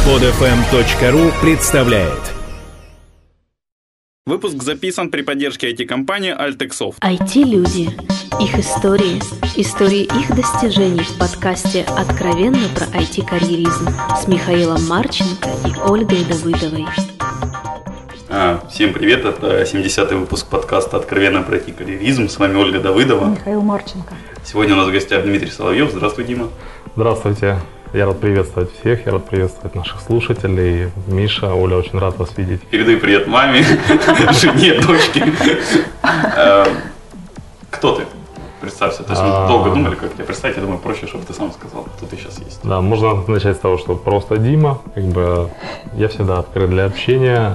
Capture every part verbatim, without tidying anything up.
под эф эм точка ру представляет. Выпуск записан при поддержке ай ти-компании Altexoft. ай ти-люди. Их истории. Истории их достижений в подкасте «Откровенно про ай ти-карьеризм» с Михаилом Марченко и Ольгой Давыдовой. А, всем привет, это семидесятый выпуск подкаста «Откровенно про ай ти-карьеризм». С вами Ольга Давыдова. Михаил Марченко. Сегодня у нас в гостях Дмитрий Соловьев. Здравствуй, Дима. Здравствуйте. Я рад приветствовать всех, я рад приветствовать наших слушателей. Миша, Оля, очень рад вас видеть. Передаю привет маме, жене, дочке. Кто ты? Представься. То есть мы долго думали, как тебя представить. Я думаю, проще, чтобы ты сам сказал, кто ты сейчас есть. Да, можно начать с того, что просто Дима. Как бы я всегда открыт для общения.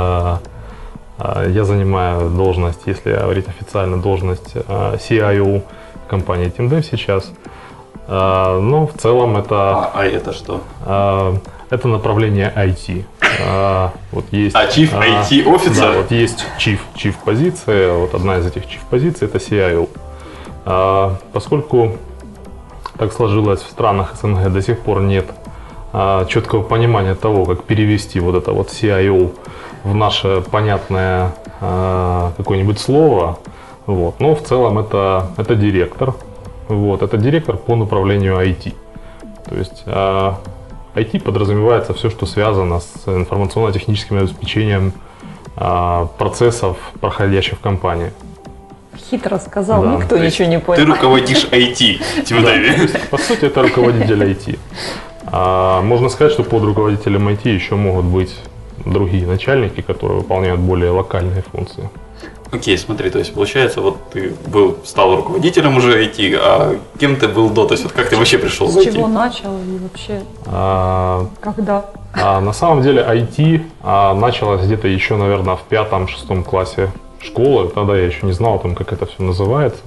Я занимаю должность, если говорить официально, должность си ай о компании TeamDev сейчас. Uh, но в целом это... А, а это что? Uh, это направление ай ти. Uh, вот есть, а Chief uh, ай ти Officer? Да, вот есть Chief, Chief позиция. Вот одна из этих Chief позиций это си ай о. Uh, поскольку так сложилось в странах эс эн гэ, до сих пор нет uh, четкого понимания того, как перевести вот это вот си ай о в наше понятное uh, какое-нибудь слово. Вот. Но в целом это, это директор. Вот, это директор по направлению ай ти. То есть э, ай ти подразумевается все, что связано с информационно-техническим обеспечением э, процессов, проходящих в компании. Хитро сказал, да. Никто ничего не понял. Ты руководишь ай ти, TeamDev. По сути, это руководитель ай ти. А, можно сказать, что под руководителем ай ти еще могут быть другие начальники, которые выполняют более локальные функции. Окей, смотри, то есть получается, вот ты был, стал руководителем уже ай ти, а кем ты был до? То есть вот как ты вообще пришел С в ай ти? С чего начал и вообще А, когда? А, на самом деле ай ти а, началось где-то еще, наверное, в пятом-шестом классе школы. Тогда я еще не знал, там, как это все называется.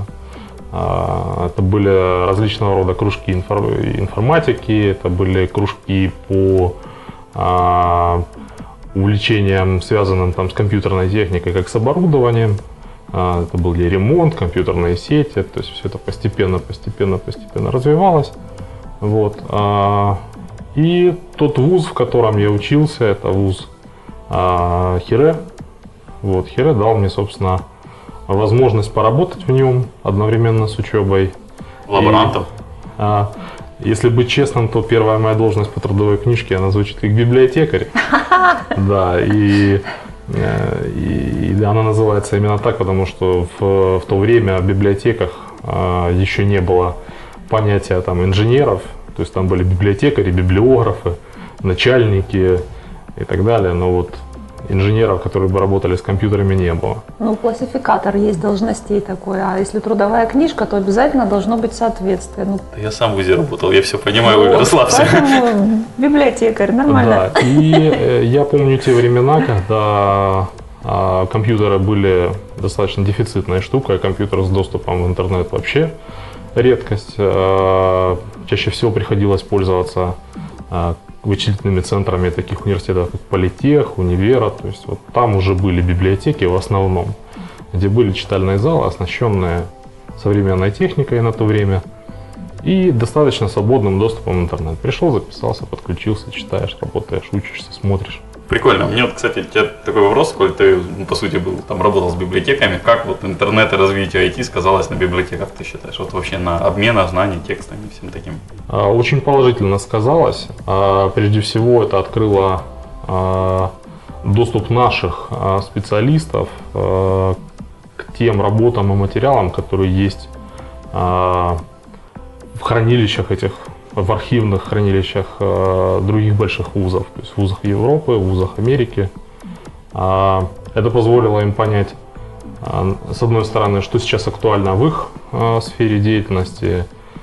А, это были различного рода кружки инфор- информатики, это были кружки по а, увлечениям, связанным там, с компьютерной техникой, как с оборудованием. А, это был и ремонт, компьютерные сети. То есть все это постепенно, постепенно, постепенно развивалось. Вот. А, и тот вуз, в котором я учился, это вуз а, Хире. Вот, Хире дал мне, собственно, возможность поработать в нем одновременно с учебой. Лаборантом? И, а, если быть честным, то первая моя должность по трудовой книжке, она звучит как библиотекарь. Да, и, и, и она называется именно так, потому что в, в то время в библиотеках а, еще не было понятия там инженеров. То есть там были библиотекари, библиографы, начальники и так далее. Но вот инженеров, которые бы работали с компьютерами, не было. Ну, классификатор есть должностей такой, а если трудовая книжка, то обязательно должно быть соответствие. Ну, я сам в ВУЗе работал, я все понимаю, ну, расслабься. Поэтому библиотекарь, нормально. Да, и э, я помню те времена, когда э, компьютеры были достаточно дефицитной штукой, а компьютер с доступом в интернет вообще редкость. Э, чаще всего приходилось пользоваться э, вычислительными центрами таких университетов, как Политех, Универа. То есть вот там уже были библиотеки в основном, где были читальные залы, оснащенные современной техникой на то время и достаточно свободным доступом в интернет. Пришел, записался, подключился, читаешь, работаешь, учишься, смотришь. Прикольно. Мне вот, кстати, у тебя такой вопрос, коль ты, ну, по сути, был, там, работал с библиотеками, как вот интернет и развитие ай ти сказалось на библиотеках, ты считаешь? Вот вообще на обмен знаний, текстами и всем таким? Очень положительно сказалось. Прежде всего, это открыло доступ наших специалистов к тем работам и материалам, которые есть в хранилищах этих, в архивных хранилищах э, других больших вузов, то есть в вузах Европы, в вузах Америки. А, это позволило им понять, а, с одной стороны, что сейчас актуально в их а, сфере деятельности,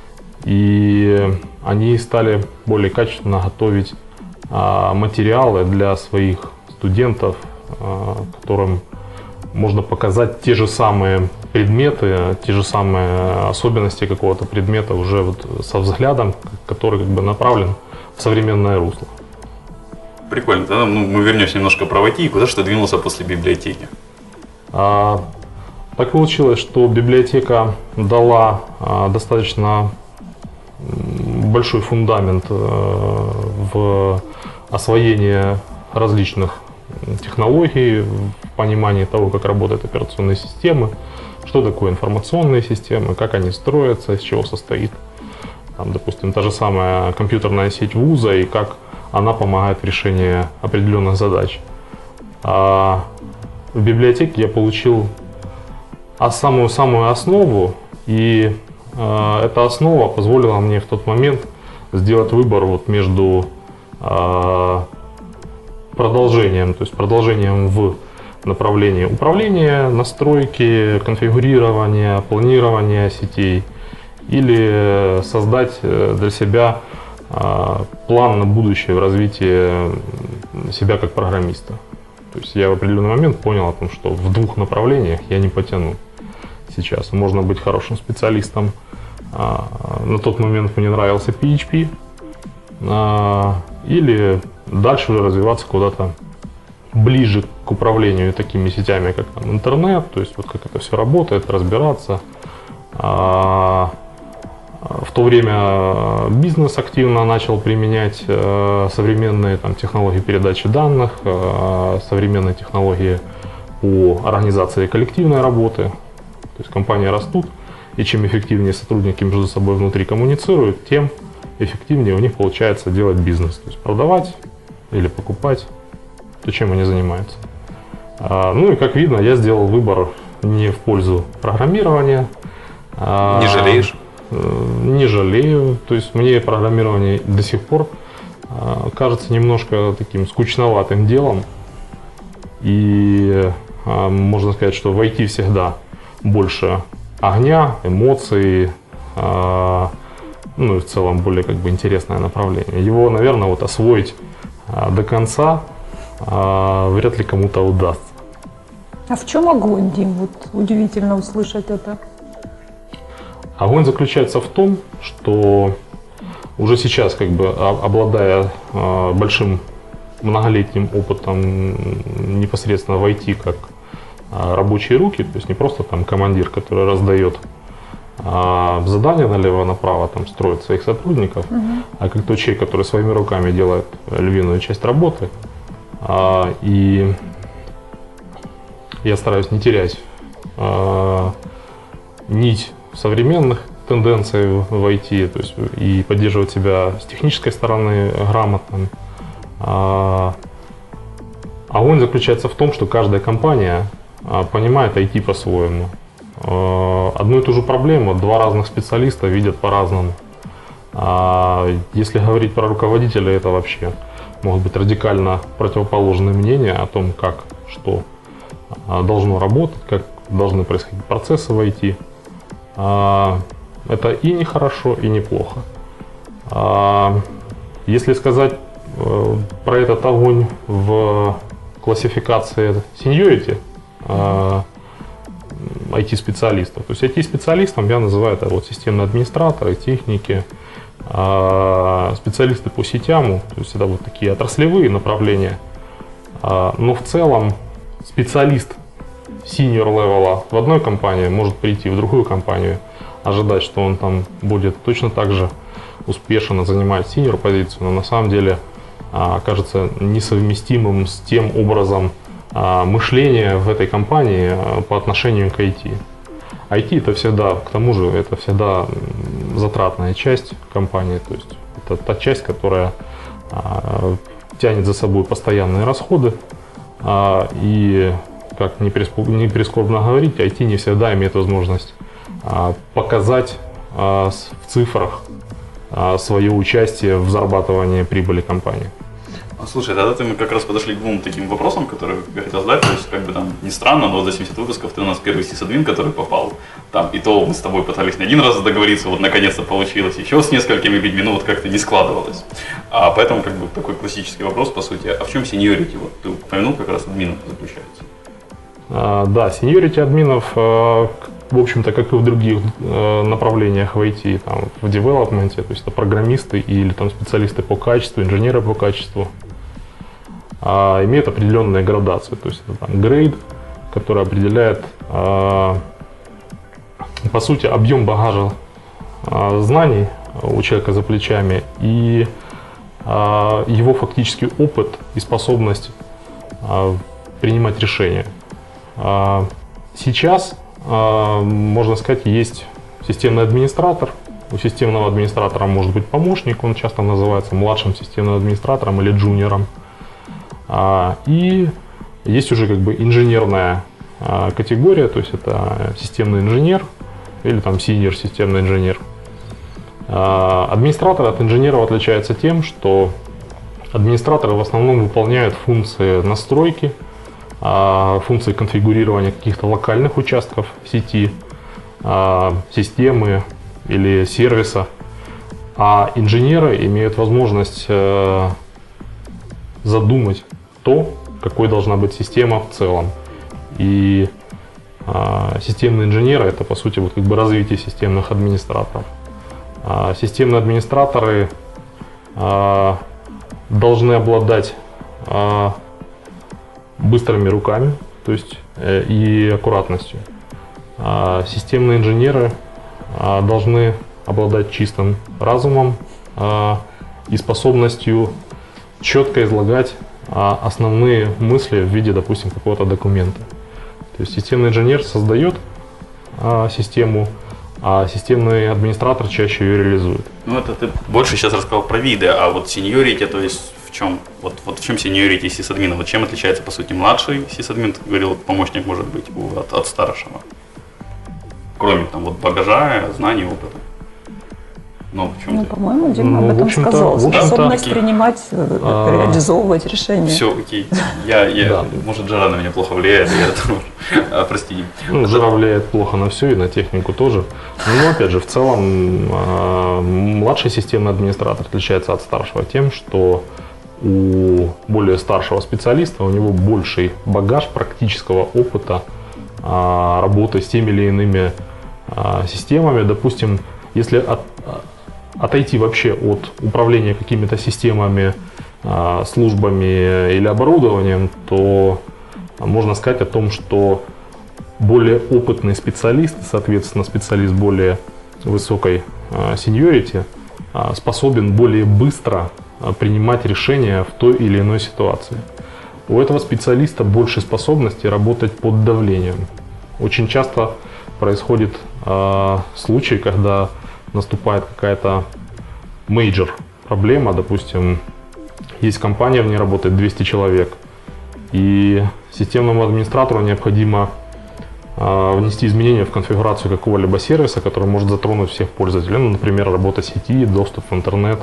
и они стали более качественно готовить а, материалы для своих студентов, а, которым можно показать те же самые предметы, те же самые особенности какого-то предмета уже вот со взглядом, который как бы направлен в современное русло. Прикольно. Тогда ну, мы вернемся немножко про ай ти. Куда же ты двинулся после библиотеки? А, так получилось, что библиотека дала а, достаточно большой фундамент а, в освоение различных технологий, понимание того, как работают операционные системы, что такое информационные системы, как они строятся, из чего состоит, там, допустим, та же самая компьютерная сеть вуза и как она помогает в решении определенных задач. А в библиотеке я получил самую-самую основу, и э, эта основа позволила мне в тот момент сделать выбор вот между э, продолжением, то есть продолжением в направлении управления, настройки, конфигурирования, планирования сетей, или создать для себя э, план на будущее в развитии себя как программиста. То есть я в определенный момент понял о том, что в двух направлениях я не потяну сейчас. Можно быть хорошим специалистом. На тот момент мне нравился пи эйч пи. Или дальше уже развиваться куда-то ближе к управлению такими сетями, как там, интернет. То есть вот как это все работает, разбираться. В то время бизнес активно начал применять э, современные там, технологии передачи данных, э, современные технологии по организации коллективной работы. То есть компании растут, и чем эффективнее сотрудники между собой внутри коммуницируют, тем эффективнее у них получается делать бизнес. То есть продавать или покупать то, чем они занимаются. А, ну и как видно, я сделал выбор не в пользу программирования. А, не жалеешь? Не жалею, то есть мне программирование до сих пор э, кажется немножко таким скучноватым делом, и э, можно сказать, что в ай ти всегда больше огня, эмоций, э, ну и в целом более как бы интересное направление. Его, наверное, вот освоить э, до конца э, вряд ли кому-то удастся. А в чем огонь, Дим? Вот удивительно услышать это. Огонь заключается в том, что уже сейчас, как бы, обладая э, большим многолетним опытом непосредственно в ай ти как э, рабочие руки, то есть не просто там командир, который раздает э, задания налево-направо, там строит своих сотрудников, uh-huh. а как тот человек, который своими руками делает львиную часть работы. Э, и я стараюсь не терять э, нить современных тенденций в ай ти, то есть и поддерживать себя с технической стороны грамотно. А огонь заключается в том, что каждая компания понимает ай ти по-своему. Одну и ту же проблему два разных специалиста видят по-разному. Если говорить про руководителя, это вообще могут быть радикально противоположные мнения о том, как, что должно работать, как должны происходить процессы в ай ти. Это и не хорошо, и неплохо. Если сказать про этот огонь в классификации seniority ай ти-специалистов, то есть ай ти-специалистом я называю это вот системные администраторы, техники, специалисты по сетям, то есть это вот такие отраслевые направления. Но в целом специалист senior левела в одной компании может прийти в другую компанию, ожидать, что он там будет точно так же успешно занимать senior позицию, но на самом деле окажется несовместимым с тем образом мышления в этой компании по отношению к ай ти. ай ти это всегда, к тому же, это всегда затратная часть компании, то есть это та часть, которая тянет за собой постоянные расходы, и как не прискорбно говорить, ай ти не всегда имеет возможность а, показать а, с, в цифрах а, свое участие в зарабатывании прибыли компании. Слушай, тогда мы как раз подошли к двум таким вопросам, которые я хотел задать. То есть, как бы там не странно, но за семьдесят выпусков ты у нас первый сисадмин, который попал. Там, и то мы с тобой пытались не один раз договориться, вот наконец-то получилось. Еще с несколькими людьми, ну вот как-то не складывалось. А поэтому как бы такой классический вопрос, по сути, а в чем seniority? Вот ты упомянул, как раз админов заключается. А, да, seniority админов, а, в общем-то, как и в других а, направлениях в ай ти, там, в девелопменте, то есть это программисты или там специалисты по качеству, инженеры по качеству, а, имеют определенные градации. То есть это там грейд, который определяет, а, по сути, объем багажа а, знаний у человека за плечами и его фактический опыт и способность принимать решения. Сейчас, можно сказать, есть системный администратор. У системного администратора может быть помощник, он часто называется младшим системным администратором или джуниором. И есть уже как бы инженерная категория, то есть это системный инженер или там senior системный инженер. Администратор от инженеров отличается тем, что администраторы в основном выполняют функции настройки, функции конфигурирования каких-то локальных участков сети, системы или сервиса, а инженеры имеют возможность задумать то, какой должна быть система в целом. И системные инженеры — это, по сути, вот как бы развитие системных администраторов. Системные администраторы должны обладать быстрыми руками, то есть и аккуратностью. Системные инженеры должны обладать чистым разумом и способностью четко излагать основные мысли в виде, допустим, какого-то документа. То есть системный инженер создает систему, а системный администратор чаще ее реализует. Ну, это ты больше сейчас рассказал про виды, а вот seniority, то есть в чем? Вот, вот в чем seniority сисадмина? Вот чем отличается, по сути, младший сисадмин? Ты говорил, помощник может быть от, от старшего. Кроме там вот багажа, знаний, опыта. Ну, ну по-моему, Дима ну, об этом сказал. Способность да, принимать, а, реализовывать решения. Все, окей. Я, я, да. Может, жара на меня плохо влияет, я это, а, прости. Ну, жара влияет плохо на все, и на технику тоже. Но, опять же, в целом, младший системный администратор отличается от старшего тем, что у более старшего специалиста у него больший багаж практического опыта работы с теми или иными системами. Допустим, если от отойти вообще от управления какими-то системами, службами или оборудованием, то можно сказать о том, что более опытный специалист, соответственно, специалист более высокой seniority, способен более быстро принимать решения в той или иной ситуации. У этого специалиста больше способности работать под давлением. Очень часто происходит случай, когда наступает какая-то мейджор проблема, допустим, есть компания, в ней работает двести человек, и системному администратору необходимо э, внести изменения в конфигурацию какого-либо сервиса, который может затронуть всех пользователей, ну, например, работа сети, доступ в интернет.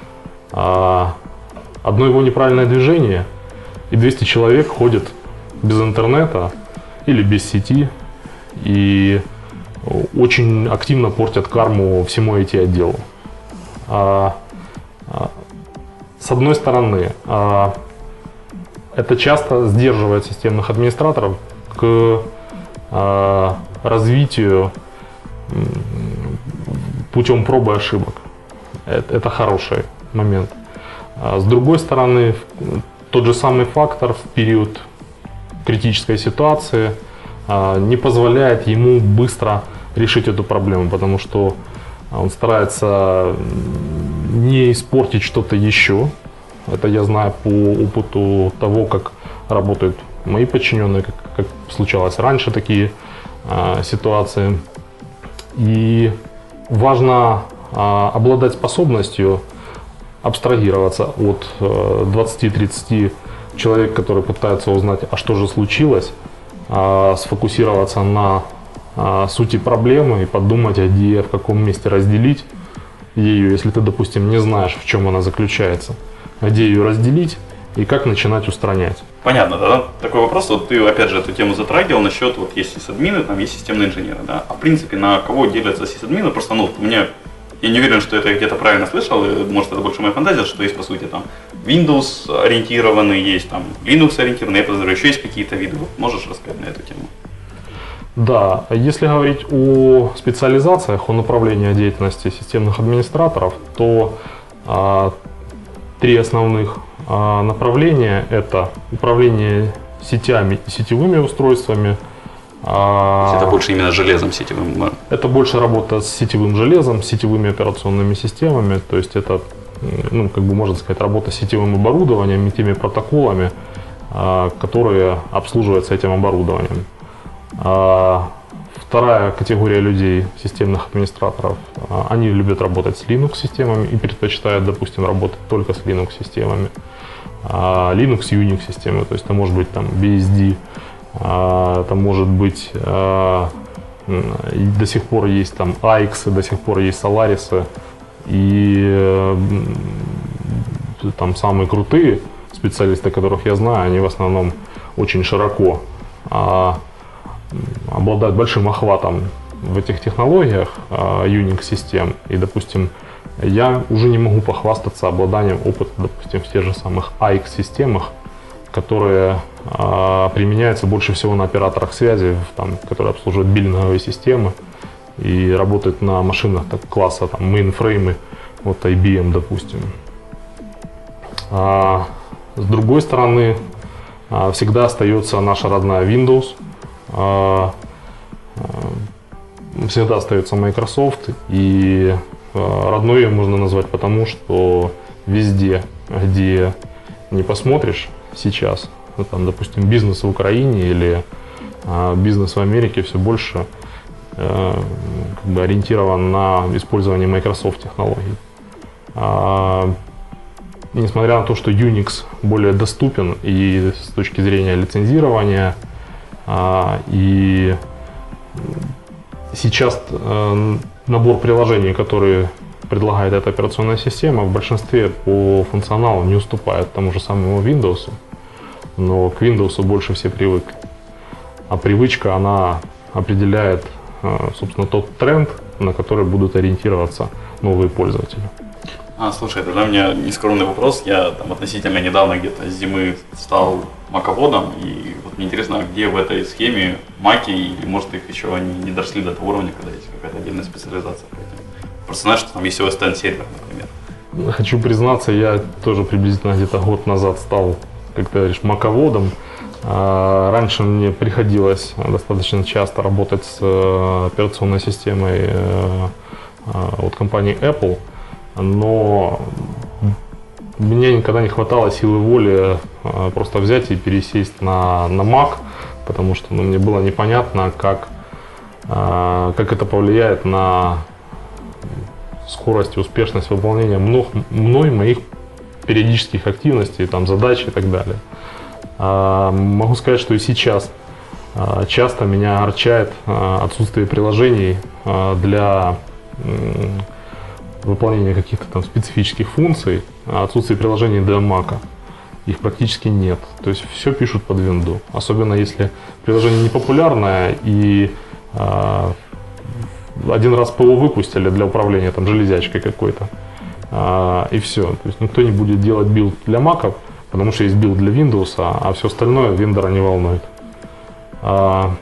А одно его неправильное движение, и двести человек ходят без интернета или без сети, и очень активно портят карму всему ай ти-отделу. А, а, с одной стороны, а, это часто сдерживает системных администраторов к а, развитию путем пробы и ошибок. Это, это хороший момент. А с другой стороны, тот же самый фактор в период критической ситуации а, не позволяет ему быстро решить эту проблему, потому что он старается не испортить что-то еще. Это я знаю по опыту того, как работают мои подчиненные, как, как случалось раньше такие а, ситуации. И важно а, обладать способностью абстрагироваться от а, двадцати-тридцати человек, которые пытаются узнать, а что же случилось, а, сфокусироваться на сути проблемы и подумать, а где, в каком месте разделить ее, если ты, допустим, не знаешь, в чем она заключается, где ее разделить и как начинать устранять. Понятно, да? Такой вопрос, вот ты опять же эту тему затрагивал насчет, вот есть сисадмины, там есть системные инженеры, да? А в принципе, на кого делятся сисадмины? Просто, ну, у меня, я не уверен, что это я где-то правильно слышал, может это больше моя фантазия, что есть, по сути, там Windows ориентированные, есть там Linux ориентированные, я подозреваю, еще есть какие-то виды. Вот можешь рассказать на эту тему? Да, если говорить о специализациях, о направлении деятельности системных администраторов, то а, три основных а, направления – это управление сетями и сетевыми устройствами. А, это больше именно железом сетевым? Это больше работа с сетевым железом, с сетевыми операционными системами, то есть это ну, как бы можно сказать, работа с сетевым оборудованием и теми протоколами, которые обслуживаются этим оборудованием. Вторая категория людей, системных администраторов, они любят работать с Linux-системами и предпочитают, допустим, работать только с Linux-системами. Linux, Unix-системы, то есть это может быть там би эс ди, это может быть до сих пор есть там эй икс, до сих пор есть Solaris, и там самые крутые специалисты, которых я знаю, они в основном очень широко а, обладают большим охватом в этих технологиях а, Unix-систем. И, допустим, я уже не могу похвастаться обладанием опыта, допустим, в тех же самых эй икс-системах, которые а, применяются больше всего на операторах связи, там, которые обслуживают биллинговые системы и работают на машинах так, класса там, мейнфреймы, вот ай би эм, допустим. А, с другой стороны, а, всегда остается наша родная Windows, а, а, всегда остается Microsoft, и а, родной ее можно назвать потому, что везде, где не посмотришь сейчас, ну, там, допустим, бизнес в Украине или а, бизнес в Америке все больше а, как бы ориентирован на использование Microsoft технологий. А, несмотря на то, что Unix более доступен и с точки зрения лицензирования, а, и сейчас а, набор приложений, которые предлагает эта операционная система, в большинстве по функционалу не уступает тому же самому Windows, но к Windows больше все привыкли. А привычка, она определяет, собственно, тот тренд, на который будут ориентироваться новые пользователи. А, слушай, тогда у меня нескромный вопрос. Я там относительно недавно, где-то с зимы, стал маководом, и вот мне интересно, где в этой схеме маки, или может их еще они не доросли до того уровня, когда есть какая-то отдельная специализация по этим. Просто знаешь, что там есть о эс десять сервер, например. Хочу признаться, я тоже приблизительно где-то год назад стал, как ты говоришь, маководом. Раньше мне приходилось достаточно часто работать с операционной системой от компании Apple, но мне никогда не хватало силы воли просто взять и пересесть на, на Mac, потому что ну, мне было непонятно, как, как это повлияет на скорость и успешность выполнения мной, мной моих периодических активностей, там, задач и так далее. А, могу сказать, что и сейчас а, часто меня огорчает а, отсутствие приложений а, для м, выполнения каких-то там специфических функций, а отсутствие приложений для Mac. Их практически нет. То есть все пишут под винду. Особенно если приложение непопулярное и а, один раз ПО выпустили для управления там железячкой какой-то, а, и все. То есть никто не будет делать билд для Mac, потому что есть билд для Windows, а, а все остальное вендора не волнует. А,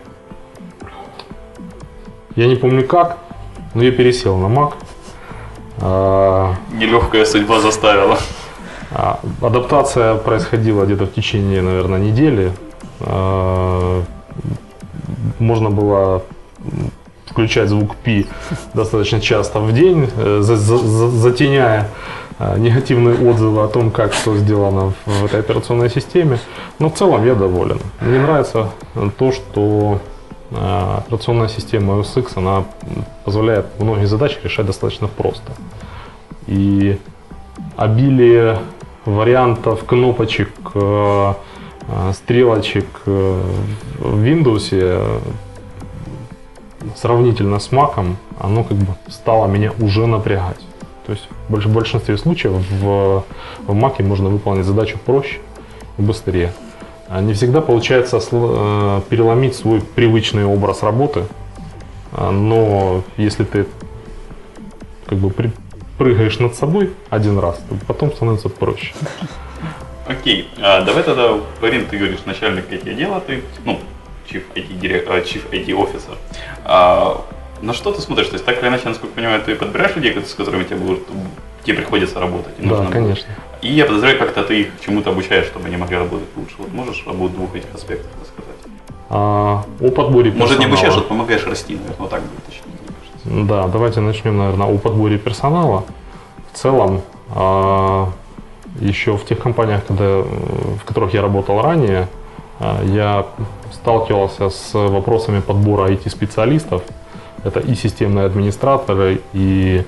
я не помню как, но я пересел на Mac. А, Нелегкая судьба заставила. А, адаптация происходила где-то в течение, наверное, недели. А, можно было включать звук пи достаточно часто в день, за, за, затеняя а, негативные отзывы о том, как что сделано в, в этой операционной системе. Но в целом я доволен. Мне нравится то, что а, операционная система о эс икс она позволяет многие задачи решать достаточно просто. И обилие вариантов кнопочек, а, стрелочек в Windows сравнительно с Mac, оно как бы стало меня уже напрягать. То есть в большинстве случаев в, в Mac можно выполнить задачу проще и быстрее. Не всегда получается переломить свой привычный образ работы, но если ты как бы при, прыгаешь над собой один раз, то потом становится проще. Окей, а давай тогда, Парин, ты говоришь, начальник ай ти-отдела, ты, ну, Chief ай ти, Chief ай ти Officer. А на что ты смотришь? То есть, так или иначе, насколько я понимаю, ты подбираешь людей, с которыми тебе, будут, тебе приходится работать? Да, нужно конечно. Будет. И я подозреваю, как-то ты их чему-то обучаешь, чтобы они могли работать лучше. Вот можешь об двух этих аспектах рассказать? А, о подборе персонала. Может, не обучаешь, а помогаешь расти, наверное, вот так будет точнее, мне кажется. Да, давайте начнем, наверное, о подборе персонала. В целом, Еще в тех компаниях, когда, в которых я работал ранее, я сталкивался с вопросами подбора ай ти-специалистов. Это и системные администраторы, и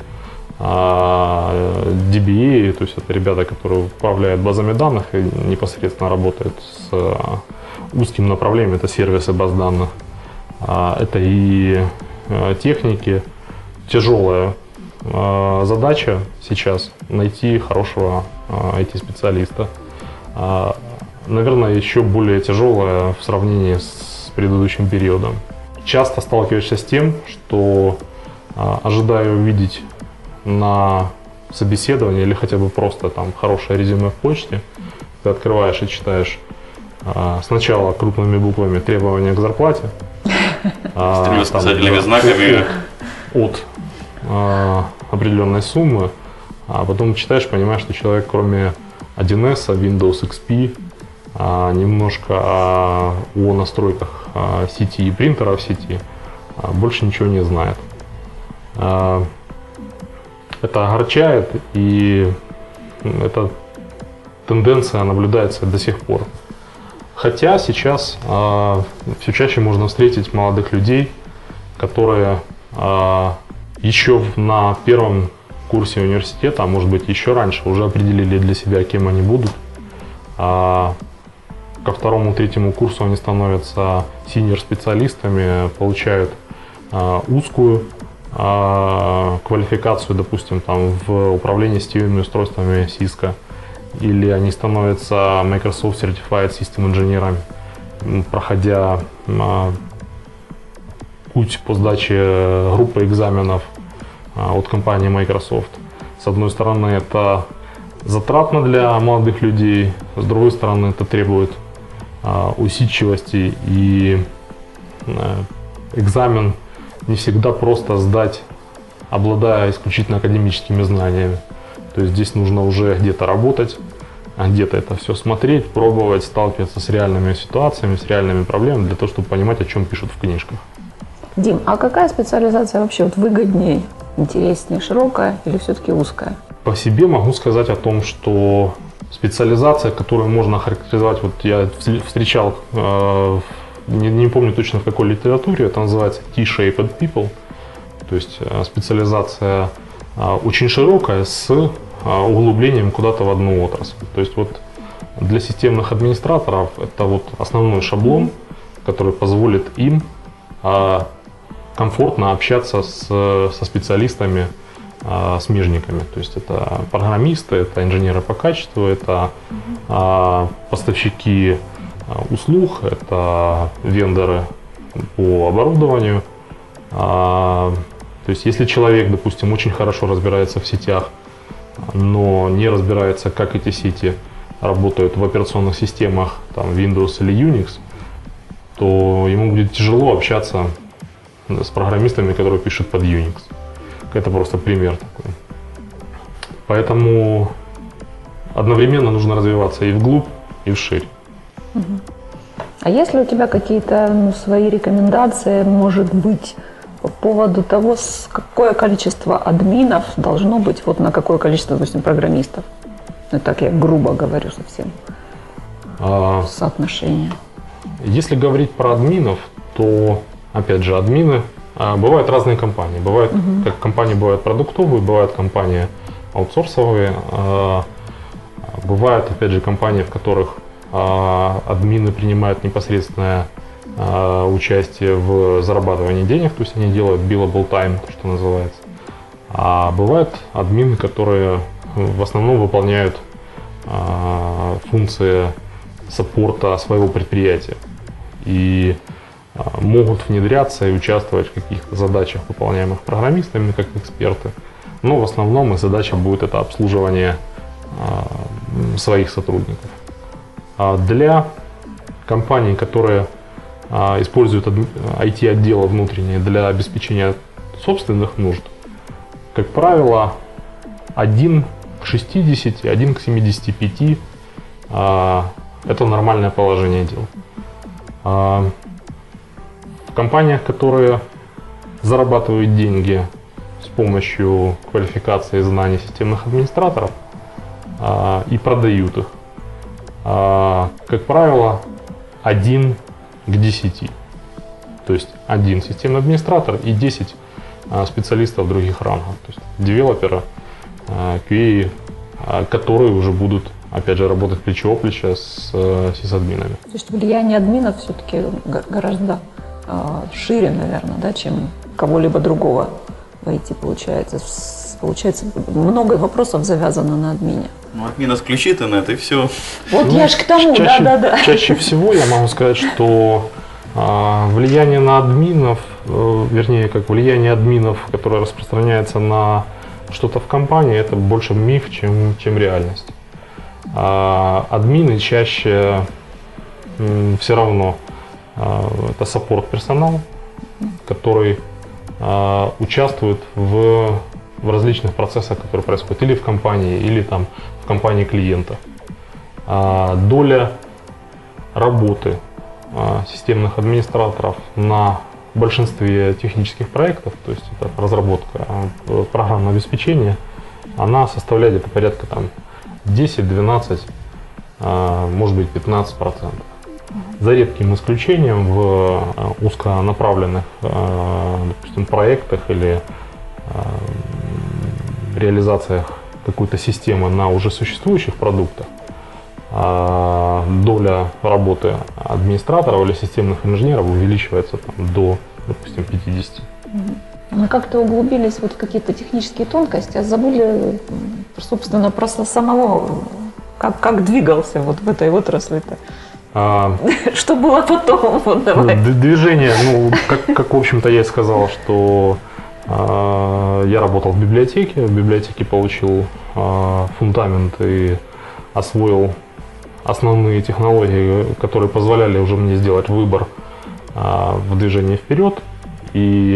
ди би эй, то есть это ребята, которые управляют базами данных и непосредственно работают с узким направлением, это сервисы баз данных. Это и техники. Тяжелая задача сейчас найти хорошего ай ти-специалиста. Наверное, еще более тяжелая в сравнении с предыдущим периодом. Часто сталкиваешься с тем, что ожидаю увидеть на собеседовании или хотя бы просто там хорошее резюме в почте, ты открываешь и читаешь сначала крупными буквами требования к зарплате, с тремя восклицательными знаками от определенной суммы, а потом читаешь, понимаешь, что человек кроме один эс, Windows икс пи, немножко о настройках сети и принтера в сети больше ничего не знает. Это огорчает, и эта тенденция наблюдается до сих пор. Хотя сейчас э, все чаще можно встретить молодых людей, которые э, еще на первом курсе университета, а может быть еще раньше, уже определили для себя, кем они будут. А ко второму, третьему курсу они становятся синьор-специалистами, получают э, узкую квалификацию, допустим, там, в управлении сетевыми устройствами Cisco, или они становятся Microsoft Certified System инженерами, проходя а, путь по сдаче группы экзаменов а, от компании Microsoft. С одной стороны, это затратно для молодых людей, с другой стороны, это требует а, усидчивости, и а, экзамен не всегда просто сдать, обладая исключительно академическими знаниями. То есть здесь нужно уже где-то работать, а где-то это все смотреть, пробовать, сталкиваться с реальными ситуациями, с реальными проблемами, для того, чтобы понимать, о чем пишут в книжках. Дим, а какая специализация вообще вот выгоднее, интереснее, широкая или все-таки узкая? По себе могу сказать о том, что специализация, которую можно характеризовать, вот я встречал э, Не, не помню точно в какой литературе, это называется T-shaped people, то есть специализация а, очень широкая с а, углублением куда-то в одну отрасль. То есть вот для системных администраторов это вот основной шаблон, который позволит им а, комфортно общаться с, со специалистами, а, смежниками. То есть это программисты, это инженеры по качеству, это а, поставщики услуг, это вендоры по оборудованию. А, то есть если человек, допустим, очень хорошо разбирается в сетях, но не разбирается, как эти сети работают в операционных системах, там, Windows или Unix, то ему будет тяжело общаться с программистами, которые пишут под Unix. Это просто пример такой. Поэтому одновременно нужно развиваться и вглубь, и вширь. А есть ли у тебя какие-то ну, свои рекомендации, может быть, по поводу того, с какое количество админов должно быть, вот на какое количество, допустим, программистов? Ну, так я грубо говорю совсем. А, соотношение. Если говорить про админов, то, опять же, админы, а, бывают разные компании. Бывают, угу. как компании бывают продуктовые, бывают компании аутсорсовые, а, бывают, опять же, компании, в которых админы принимают непосредственное а, участие в зарабатывании денег, то есть они делают billable time, то, что называется. А бывают админы, которые в основном выполняют а, функции саппорта своего предприятия и а, могут внедряться и участвовать в каких-то задачах, выполняемых программистами, как эксперты. Но в основном их задача будет это обслуживание а, своих сотрудников. Для компаний, которые а, используют ай ти-отделы внутренние для обеспечения собственных нужд, как правило, один к шестидесяти, один к семидесяти пяти а, это нормальное положение дел. А, в компаниях, которые зарабатывают деньги с помощью квалификации и знаний системных администраторов, и продают их. Как правило, один к десяти. То есть один системный администратор и десять специалистов других рангов. То есть девелопера, кью эй, которые уже будут, опять же, работать плечо-плечо с сисадминами. То есть влияние админов все-таки гораздо шире, наверное, да, чем кого-либо другого в ай ти получается. Получается, много вопросов завязано на админе. Ну, админа включит инет, и все. Вот ну, я ж к тому, да-да-да. Чаще, чаще всего я могу сказать, что а, влияние на админов, э, вернее, как влияние админов, которое распространяется на что-то в компании, это больше миф, чем, чем реальность. А, админы чаще м, все равно а, это саппорт-персонал, который а, участвует в в различных процессах, которые происходят или в компании, или там в компании клиента. А, доля работы а, системных администраторов на большинстве технических проектов, то есть это разработка а, программного обеспечения, она составляет где-то порядка там десять-двенадцать, а, может быть пятнадцать процентов. За редким исключением в а, узконаправленных а, допустим, проектах или реализациях какой-то системы на уже существующих продуктах, а доля работы администраторов или системных инженеров увеличивается там, до, допустим, пятидесяти. Мы как-то углубились вот в какие-то технические тонкости, а забыли, собственно, просто самого, как, как двигался вот в этой отрасли-то. А, что было потом? Вот, давай. Движение, ну, как, как в общем-то я и сказал, что я работал в библиотеке, в библиотеке получил фундамент и освоил основные технологии, которые позволяли уже мне сделать выбор в движении вперед. И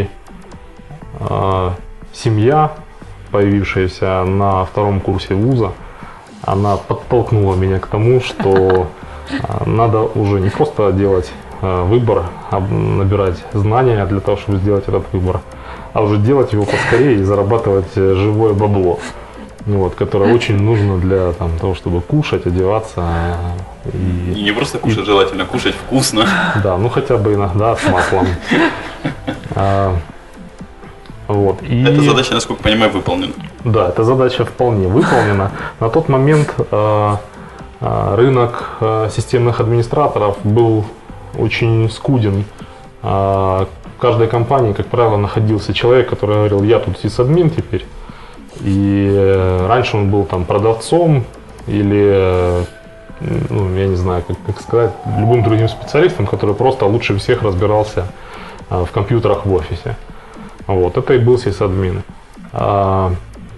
семья, появившаяся на втором курсе вуза, она подтолкнула меня к тому, что надо уже не просто делать выбор, а набирать знания для того, чтобы сделать этот выбор, а уже делать его поскорее и зарабатывать живое бабло, вот, которое очень нужно для там, того, чтобы кушать, одеваться. И, и не просто кушать, и, желательно кушать вкусно. Да, ну хотя бы иногда с маслом. а, вот, и, эта задача, насколько понимаю, выполнена. Да, эта задача вполне выполнена. На тот момент а, а, рынок а, системных администраторов был очень скуден. А, в каждой компании, как правило, находился человек, который говорил: я тут сисадмин теперь. И раньше он был там продавцом или, ну, я не знаю, как, как сказать, любым другим специалистом, который просто лучше всех разбирался а, в компьютерах в офисе. Вот, это и был сисадмин. А,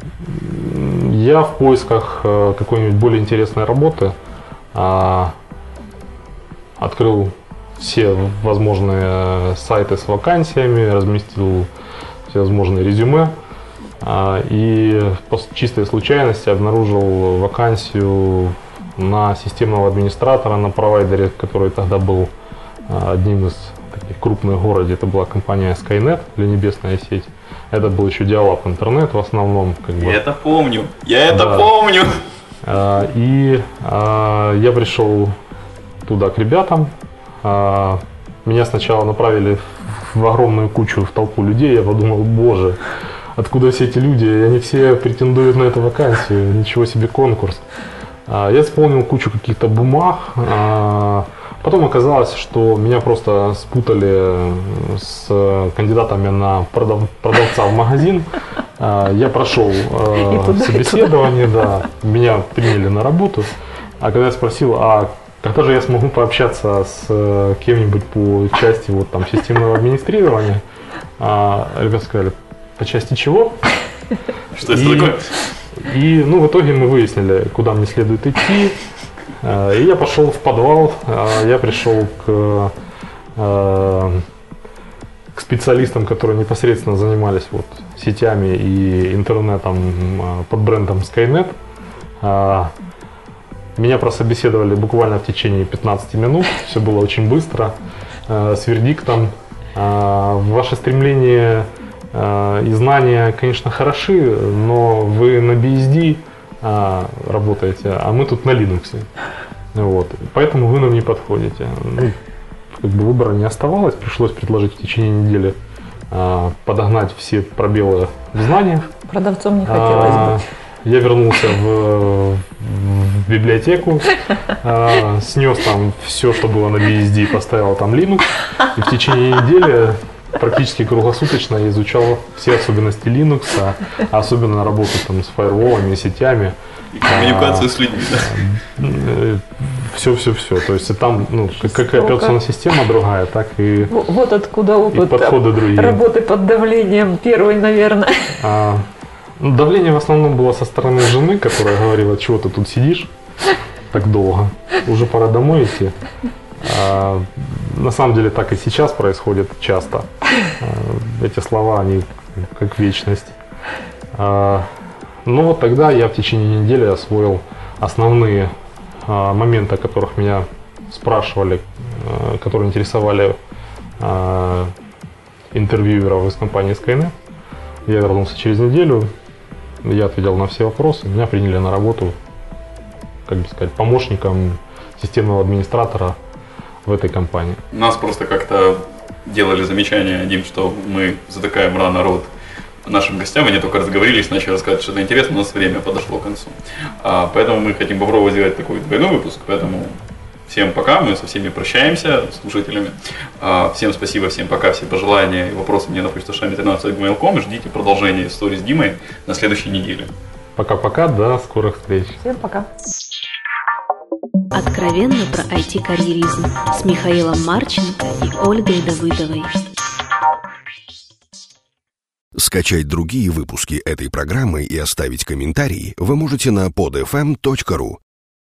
я в поисках а, какой-нибудь более интересной работы а, открыл все возможные сайты с вакансиями, разместил всевозможные резюме. И по чистой случайности обнаружил вакансию на системного администратора на провайдере, который тогда был одним из таких крупных в городе. Это была компания Skynet или Небесная сеть. Это был еще диалог интернет в основном. Как бы. Я это помню, я это да. помню. И я пришел туда к ребятам. Меня сначала направили в огромную кучу, в толпу людей. Я подумал: боже, откуда все эти люди? И они все претендуют на эту вакансию. Ничего себе конкурс. Я заполнил кучу каких-то бумаг. Потом оказалось, что меня просто спутали с кандидатами на продав... продавца в магазин. Я прошел собеседование, да, меня приняли на работу. А когда я спросил: а когда же я смогу пообщаться с кем-нибудь по части вот, там, системного администрирования, ребята сказали: по части чего? Что это такое? И ну, в итоге мы выяснили, куда мне следует идти. И я пошел в подвал, я пришел к, к специалистам, которые непосредственно занимались вот, сетями и интернетом под брендом Skynet. Меня прособеседовали буквально в течение пятнадцати минут, все было очень быстро, с вердиктом. Ваши стремления и знания, конечно, хороши, но вы на би эс ди а, работаете, а мы тут на Linux. Вот. Поэтому вы нам не подходите. Ну, как бы выбора не оставалось, пришлось предложить в течение недели а, подогнать все пробелы в знаниях. Продавцом не хотелось а, быть. Я вернулся в, в библиотеку, а, снес там все, что было на би эс ди, поставил там Linux, и в течение недели практически круглосуточно я изучал все особенности Linux, а особенно работу там с фаерволами, сетями. И коммуникацию а, с людьми, да? Все-все-все. То есть там, ну, как, как операционная система другая, так и вот откуда опыт и подходы другие. Работы под давлением первый, наверное. А, ну, давление в основном было со стороны жены, которая говорила, чего ты тут сидишь так долго, уже пора домой идти. А, на самом деле так и сейчас происходит часто. А, эти слова, они как вечность. А, ну вот тогда я в течение недели освоил основные а, моменты, о которых меня спрашивали, а, которые интересовали а, интервьюеров из компании Skynet. Я вернулся через неделю, я ответил на все вопросы, меня приняли на работу, как бы сказать, помощником системного администратора в этой компании. Нас просто как-то делали замечание, Дим, что мы затыкаем рано рот нашим гостям, они только разговорились, начали рассказывать что-то интересное, у нас время подошло к концу. А, поэтому мы хотим попробовать сделать такой двойной выпуск, поэтому всем пока, мы со всеми прощаемся, с слушателями. А, всем спасибо, всем пока, все пожелания и вопросы мне на почту шами тринадцать собака джимейл точка ком и ждите продолжения истории с Димой на следующей неделе. Пока-пока, до скорых встреч. Всем пока. Откровенно про ай ти-карьеризм с Михаилом Марченко и Ольгой Давыдовой. Скачать другие выпуски этой программы и оставить комментарии вы можете на под эф эм точка ру.